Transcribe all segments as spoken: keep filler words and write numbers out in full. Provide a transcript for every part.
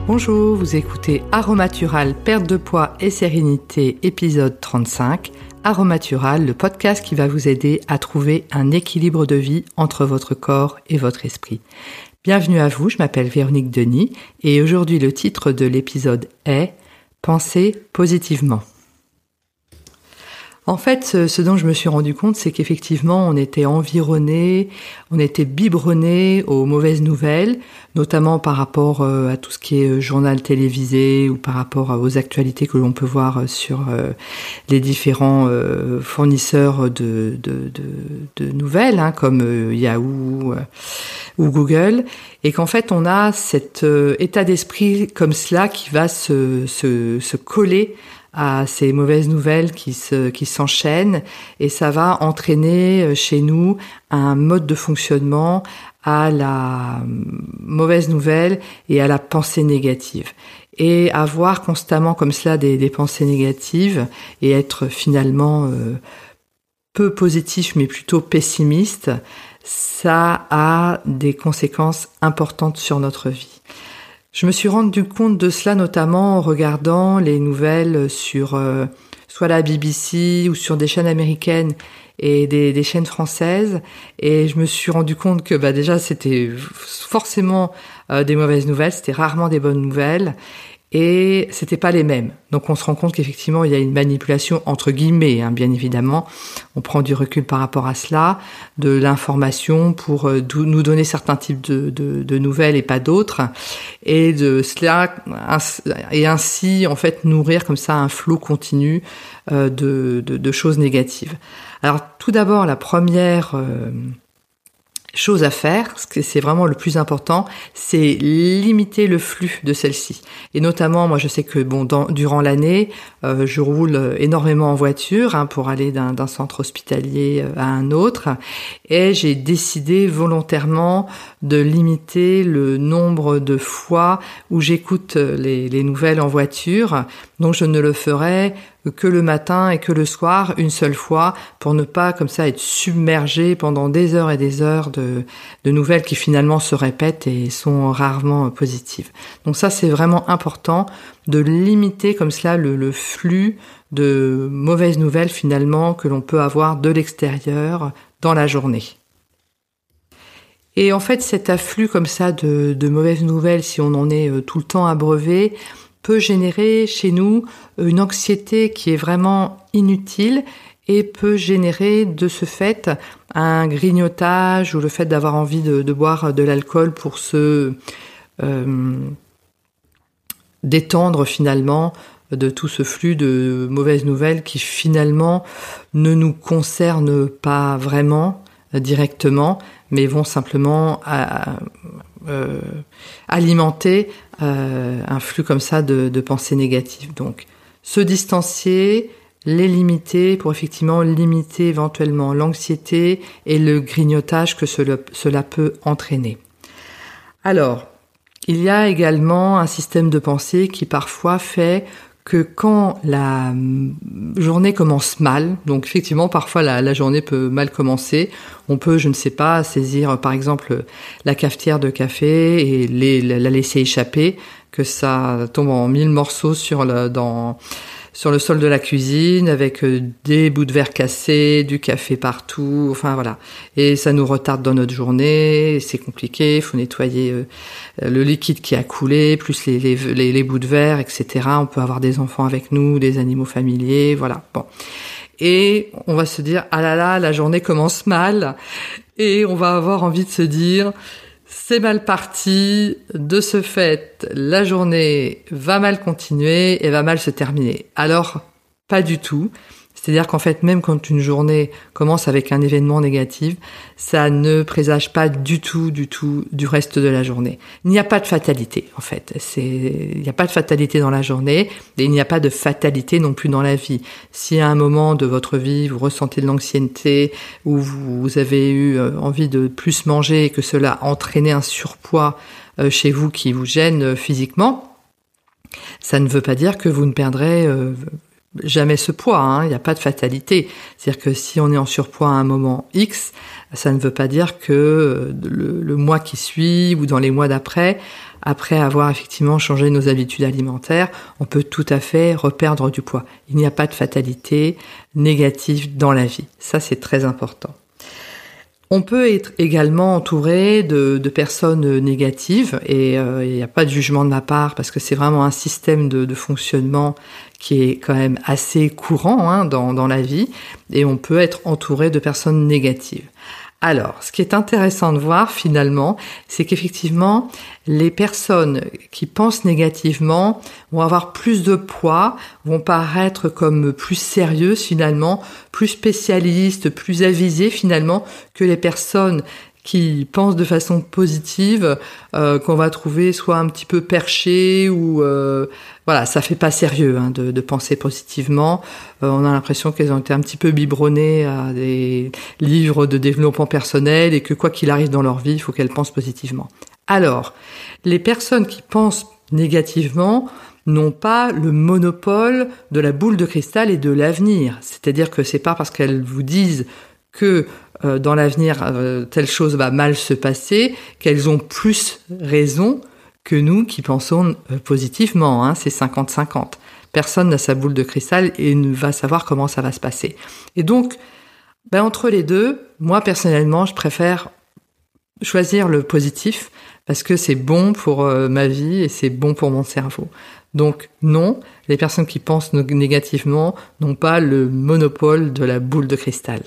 Bonjour, vous écoutez Aromatural, perte de poids et sérénité, épisode trente-cinq. Aromatural, le podcast qui va vous aider à trouver un équilibre de vie entre votre corps et votre esprit. Bienvenue à vous, je m'appelle Véronique Denis et aujourd'hui le titre de l'épisode est « Pensez positivement ». En fait, ce dont je me suis rendu compte, c'est qu'effectivement, on était environné, on était biberonné aux mauvaises nouvelles, notamment par rapport à tout ce qui est journal télévisé ou par rapport aux actualités que l'on peut voir sur les différents fournisseurs de, de, de, de nouvelles, hein, comme Yahoo ou Google, et qu'en fait, on a cet état d'esprit comme cela qui va se, se, se coller à ces mauvaises nouvelles qui se qui s'enchaînent et ça va entraîner chez nous un mode de fonctionnement à la mauvaise nouvelle et à la pensée négative. Et avoir constamment comme cela des, des pensées négatives et être finalement euh, peu positif mais plutôt pessimiste, ça a des conséquences importantes sur notre vie. Je me suis rendu compte de cela notamment en regardant les nouvelles sur euh, soit la B B C ou sur des chaînes américaines et des, des chaînes françaises, et je me suis rendu compte que bah déjà c'était forcément euh, des mauvaises nouvelles, c'était rarement des bonnes nouvelles. Et c'était pas les mêmes. Donc on se rend compte qu'effectivement il y a une manipulation entre guillemets, hein, bien évidemment. On prend du recul par rapport à cela, de l'information pour euh, nous donner certains types de, de, de nouvelles et pas d'autres, et de cela et ainsi en fait nourrir comme ça un flot continu euh, de, de, de choses négatives. Alors tout d'abord la première euh, chose à faire, ce que c'est vraiment le plus important, c'est limiter le flux de celle-ci. Et notamment, moi, je sais que bon, dans, durant l'année, euh, je roule énormément en voiture hein, pour aller d'un, d'un centre hospitalier à un autre, et j'ai décidé volontairement de limiter le nombre de fois où j'écoute les, les nouvelles en voiture. Donc, je ne le ferai que le matin et que le soir, une seule fois, pour ne pas comme ça être submergé pendant des heures et des heures de, de nouvelles qui finalement se répètent et sont rarement positives. Donc ça, c'est vraiment important de limiter comme cela le, le flux de mauvaises nouvelles finalement que l'on peut avoir de l'extérieur dans la journée. Et en fait, cet afflux comme ça de, de mauvaises nouvelles, si on en est tout le temps abreuvé, peut générer chez nous une anxiété qui est vraiment inutile et peut générer de ce fait un grignotage ou le fait d'avoir envie de, de boire de l'alcool pour se euh, détendre finalement de tout ce flux de mauvaises nouvelles qui finalement ne nous concernent pas vraiment directement, mais vont simplement à, euh, alimenter euh, un flux comme ça de, de pensées négatives. Donc, se distancier, les limiter pour effectivement limiter éventuellement l'anxiété et le grignotage que cela, cela peut entraîner. Alors, il y a également un système de pensée qui parfois fait que quand la journée commence mal, donc effectivement parfois la, la journée peut mal commencer, on peut, je ne sais pas, saisir par exemple la cafetière de café et les, la, la laisser échapper, que ça tombe en mille morceaux sur le, dans, sur le sol de la cuisine avec des bouts de verre cassés, du café partout, enfin voilà. Et ça nous retarde dans notre journée, c'est compliqué, il faut nettoyer euh, le liquide qui a coulé, plus les, les, les, les bouts de verre, et cetera. On peut avoir des enfants avec nous, des animaux familiers, voilà. Bon. Et on va se dire, ah là là, la journée commence mal, et on va avoir envie de se dire, c'est mal parti, de ce fait, la journée va mal continuer et va mal se terminer. Alors, pas du tout. C'est-à-dire qu'en fait, même quand une journée commence avec un événement négatif, ça ne présage pas du tout, du tout du reste de la journée. Il n'y a pas de fatalité, en fait. C'est, il n'y a pas de fatalité dans la journée et il n'y a pas de fatalité non plus dans la vie. Si à un moment de votre vie, vous ressentez de l'anxiété ou vous avez eu envie de plus manger et que cela a entraîné un surpoids chez vous qui vous gêne physiquement, ça ne veut pas dire que vous ne perdrez jamais ce poids, hein, il n'y a pas de fatalité. C'est-à-dire que si on est en surpoids à un moment X, ça ne veut pas dire que le, le mois qui suit ou dans les mois d'après, après avoir effectivement changé nos habitudes alimentaires, on peut tout à fait reperdre du poids. Il n'y a pas de fatalité négative dans la vie. Ça, c'est très important. On peut être également entouré de, de personnes négatives et euh, il n'y a pas de jugement de ma part parce que c'est vraiment un système de, de fonctionnement qui est quand même assez courant hein, dans, dans la vie et on peut être entouré de personnes négatives. Alors, ce qui est intéressant de voir finalement, c'est qu'effectivement, les personnes qui pensent négativement vont avoir plus de poids, vont paraître comme plus sérieuses finalement, plus spécialistes, plus avisées finalement que les personnes qui pensent de façon positive, euh, qu'on va trouver soit un petit peu perchées ou euh, voilà, ça fait pas sérieux hein, de, de penser positivement. Euh, on a l'impression qu'elles ont été un petit peu biberonnées à des livres de développement personnel et que quoi qu'il arrive dans leur vie, il faut qu'elles pensent positivement. Alors, les personnes qui pensent négativement n'ont pas le monopole de la boule de cristal et de l'avenir. C'est-à-dire que c'est pas parce qu'elles vous disent que euh, dans l'avenir euh, telle chose va mal se passer qu'elles ont plus raison que nous qui pensons euh, positivement, hein, c'est cinquante cinquante. Personne n'a sa boule de cristal et ne va savoir comment ça va se passer. Et donc, ben, entre les deux, moi personnellement, je préfère choisir le positif parce que c'est bon pour euh, ma vie et c'est bon pour mon cerveau. Donc non, les personnes qui pensent négativement n'ont pas le monopole de la boule de cristal.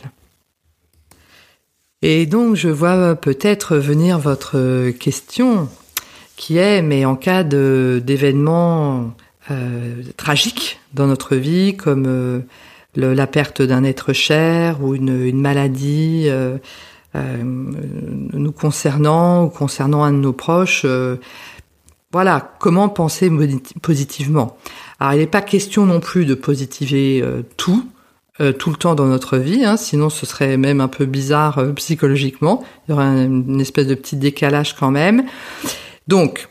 Et donc, je vois peut-être venir votre question qui est, mais en cas de, d'événements euh, tragiques dans notre vie, comme euh, le, la perte d'un être cher ou une, une maladie euh, euh, nous concernant ou concernant un de nos proches, euh, voilà, comment penser positivement ? Alors, il n'est pas question non plus de positiver euh, tout, Euh, tout le temps dans notre vie, hein, sinon ce serait même un peu bizarre euh, psychologiquement. Il y aurait un, une espèce de petit décalage quand même. Donc,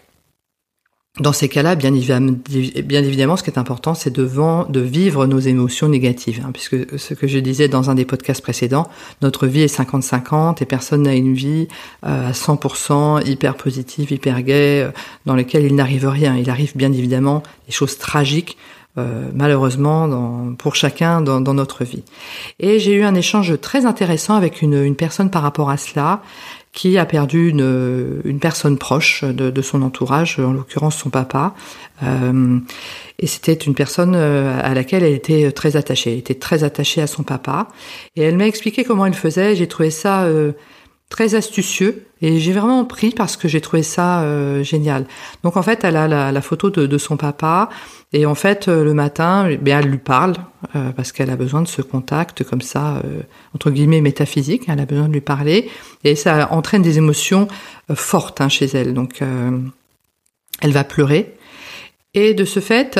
dans ces cas-là, bien évidemment, bien évidemment, ce qui est important, c'est de, vent, de vivre nos émotions négatives, hein, puisque ce que je disais dans un des podcasts précédents, notre vie est cinquante cinquante et personne n'a une vie euh, à cent pour cent hyper positive, hyper gaie, euh, dans laquelle il n'arrive rien. Il arrive bien évidemment des choses tragiques, Euh, malheureusement dans, pour chacun dans, dans notre vie. Et j'ai eu un échange très intéressant avec une, une personne par rapport à cela, qui a perdu une, une personne proche de, de son entourage, en l'occurrence son papa. Euh, et c'était une personne à laquelle elle était très attachée. Elle était très attachée à son papa. Et elle m'a expliqué comment elle faisait. J'ai trouvé ça euh, très astucieux et j'ai vraiment pris parce que j'ai trouvé ça euh, génial. Donc en fait, elle a la, la photo de, de son papa et en fait euh, le matin, eh bien elle lui parle euh, parce qu'elle a besoin de ce contact comme ça euh, entre guillemets métaphysique. Elle a besoin de lui parler et ça entraîne des émotions euh, fortes hein, chez elle. Donc euh, elle va pleurer et de ce fait,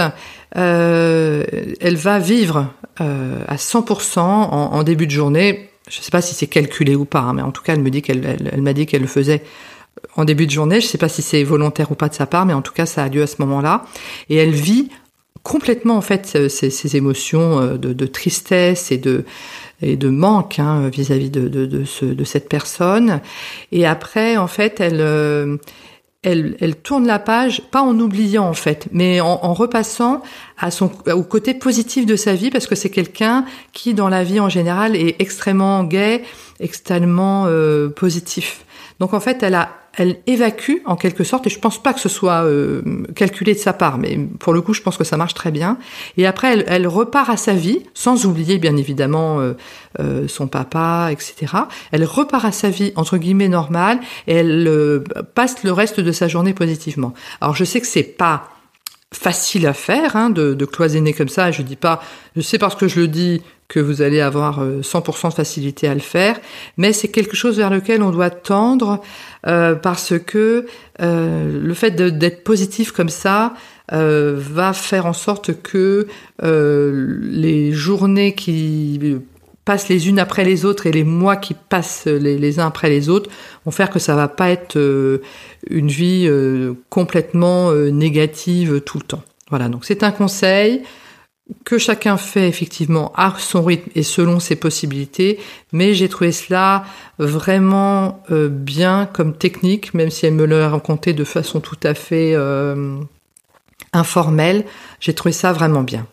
euh, elle va vivre euh, à cent pour cent en, en début de journée. Je ne sais pas si c'est calculé ou pas, hein, mais en tout cas, elle me dit qu'elle, elle, elle m'a dit qu'elle le faisait en début de journée. Je ne sais pas si c'est volontaire ou pas de sa part, mais en tout cas, ça a lieu à ce moment-là. Et elle vit complètement, en fait, ces, ces émotions de, de tristesse et de, et de manque hein, vis-à-vis de, de, de, ce, de cette personne. Et après, en fait, elle... Euh, Elle, elle tourne la page, pas en oubliant en fait, mais en, en repassant à son, au côté positif de sa vie, parce que c'est quelqu'un qui, dans la vie en général, est extrêmement gai, extrêmement euh, positif. Donc en fait, elle a, elle évacue en quelque sorte, et je pense pas que ce soit euh, calculé de sa part, mais pour le coup, je pense que ça marche très bien. Et après, elle, elle repart à sa vie, sans oublier bien évidemment euh, euh, son papa, et cetera. Elle repart à sa vie entre guillemets normale, et elle euh, passe le reste de sa journée positivement. Alors je sais que c'est pas facile à faire, hein, de, de cloisonner comme ça. Je dis pas, je sais parce que je le dis que vous allez avoir cent pour cent de facilité à le faire, mais c'est quelque chose vers lequel on doit tendre euh, parce que euh, le fait de, d'être positif comme ça euh, va faire en sorte que euh, les journées qui passent les unes après les autres et les mois qui passent les, les uns après les autres vont faire que ça va pas être euh, une vie euh, complètement euh, négative tout le temps. Voilà, donc c'est un conseil. que chacun fait effectivement à son rythme et selon ses possibilités, mais j'ai trouvé cela vraiment euh, bien comme technique, même si elle me l'a raconté de façon tout à fait euh, informelle, j'ai trouvé ça vraiment bien.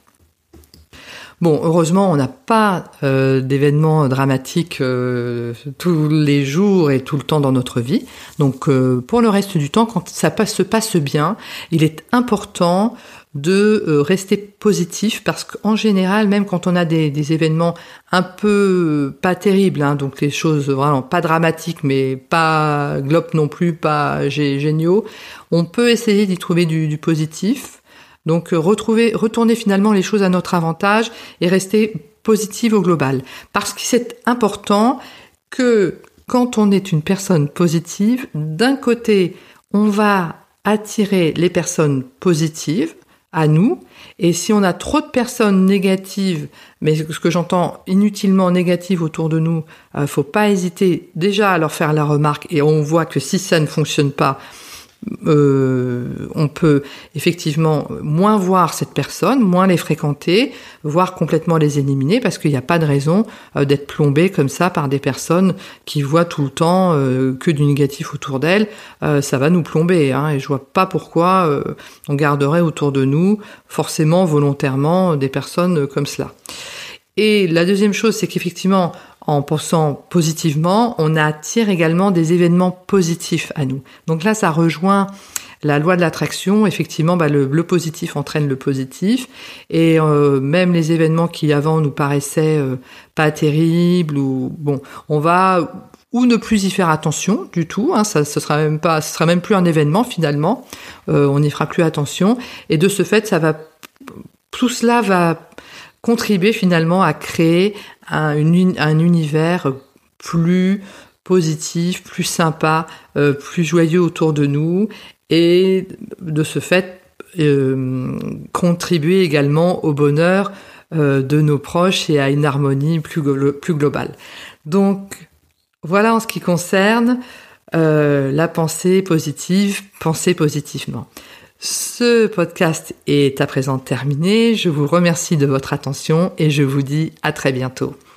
Bon, heureusement, on n'a pas euh, d'événements dramatiques euh, tous les jours et tout le temps dans notre vie. Donc, euh, pour le reste du temps, quand ça passe, se passe bien, il est important de euh, rester positif parce qu'en général, même quand on a des, des événements un peu pas terribles, hein, donc les choses vraiment pas dramatiques, mais pas glop non plus, pas gé- géniaux, on peut essayer d'y trouver du, du positif. Donc retrouver, retourner finalement les choses à notre avantage et rester positive au global. Parce que c'est important que quand on est une personne positive, d'un côté, on va attirer les personnes positives à nous, et si on a trop de personnes négatives, mais ce que j'entends inutilement négatives autour de nous, euh, faut pas hésiter déjà à leur faire la remarque, et on voit que si ça ne fonctionne pas, Euh, on peut effectivement moins voir cette personne, moins les fréquenter, voire complètement les éliminer, parce qu'il n'y a pas de raison euh, d'être plombé comme ça par des personnes qui voient tout le temps euh, que du négatif autour d'elles. Euh, ça va nous plomber, hein, et je vois pas pourquoi euh, on garderait autour de nous forcément volontairement des personnes comme cela. Et la deuxième chose, c'est qu'effectivement, en pensant positivement, on attire également des événements positifs à nous. Donc là, ça rejoint la loi de l'attraction. Effectivement, bah, le, le positif entraîne le positif. Et euh, même les événements qui avant nous paraissaient euh, pas terribles, ou bon, on va ou ne plus y faire attention du tout. Hein, ça, ce sera même pas, ce sera même plus un événement finalement. Euh, on n'y fera plus attention. Et de ce fait, ça va, tout cela va contribuer finalement à créer un, une, un univers plus positif, plus sympa, euh, plus joyeux autour de nous, et de ce fait euh, contribuer également au bonheur euh, de nos proches et à une harmonie plus, glo- plus globale. Donc voilà en ce qui concerne euh, la pensée positive, penser positivement. Ce podcast est à présent terminé. Je vous remercie de votre attention et je vous dis à très bientôt.